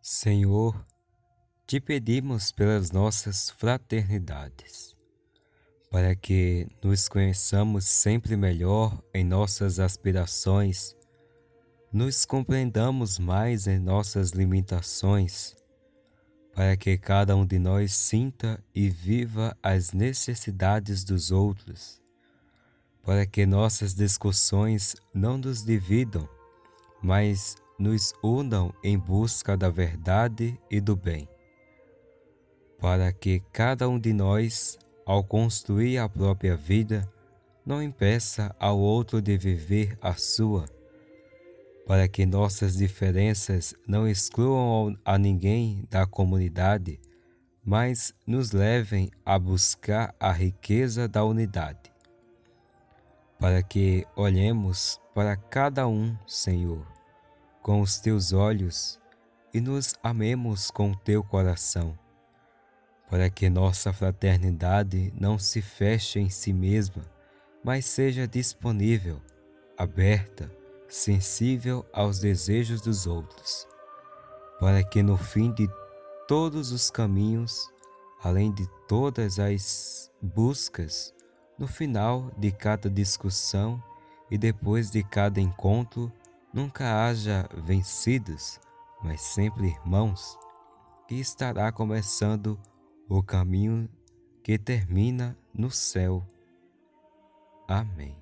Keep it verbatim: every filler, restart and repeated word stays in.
Senhor, te pedimos pelas nossas fraternidades, para que nos conheçamos sempre melhor em nossas aspirações, nos compreendamos mais em nossas limitações, para que cada um de nós sinta e viva as necessidades dos outros, para que nossas discussões não nos dividam, mas nos unam em busca da verdade e do bem, para que cada um de nós, ao construir a própria vida, não impeça ao outro de viver a sua, para que nossas diferenças não excluam a ninguém da comunidade, mas nos levem a buscar a riqueza da unidade, para que olhemos para cada um, Senhor, com os teus olhos e nos amemos com o teu coração, para que nossa fraternidade não se feche em si mesma, mas seja disponível, aberta, sensível aos desejos dos outros, para que no fim de todos os caminhos, além de todas as buscas, no final de cada discussão e depois de cada encontro, nunca haja vencidos, mas sempre irmãos, e estará começando o caminho que termina no céu. Amém.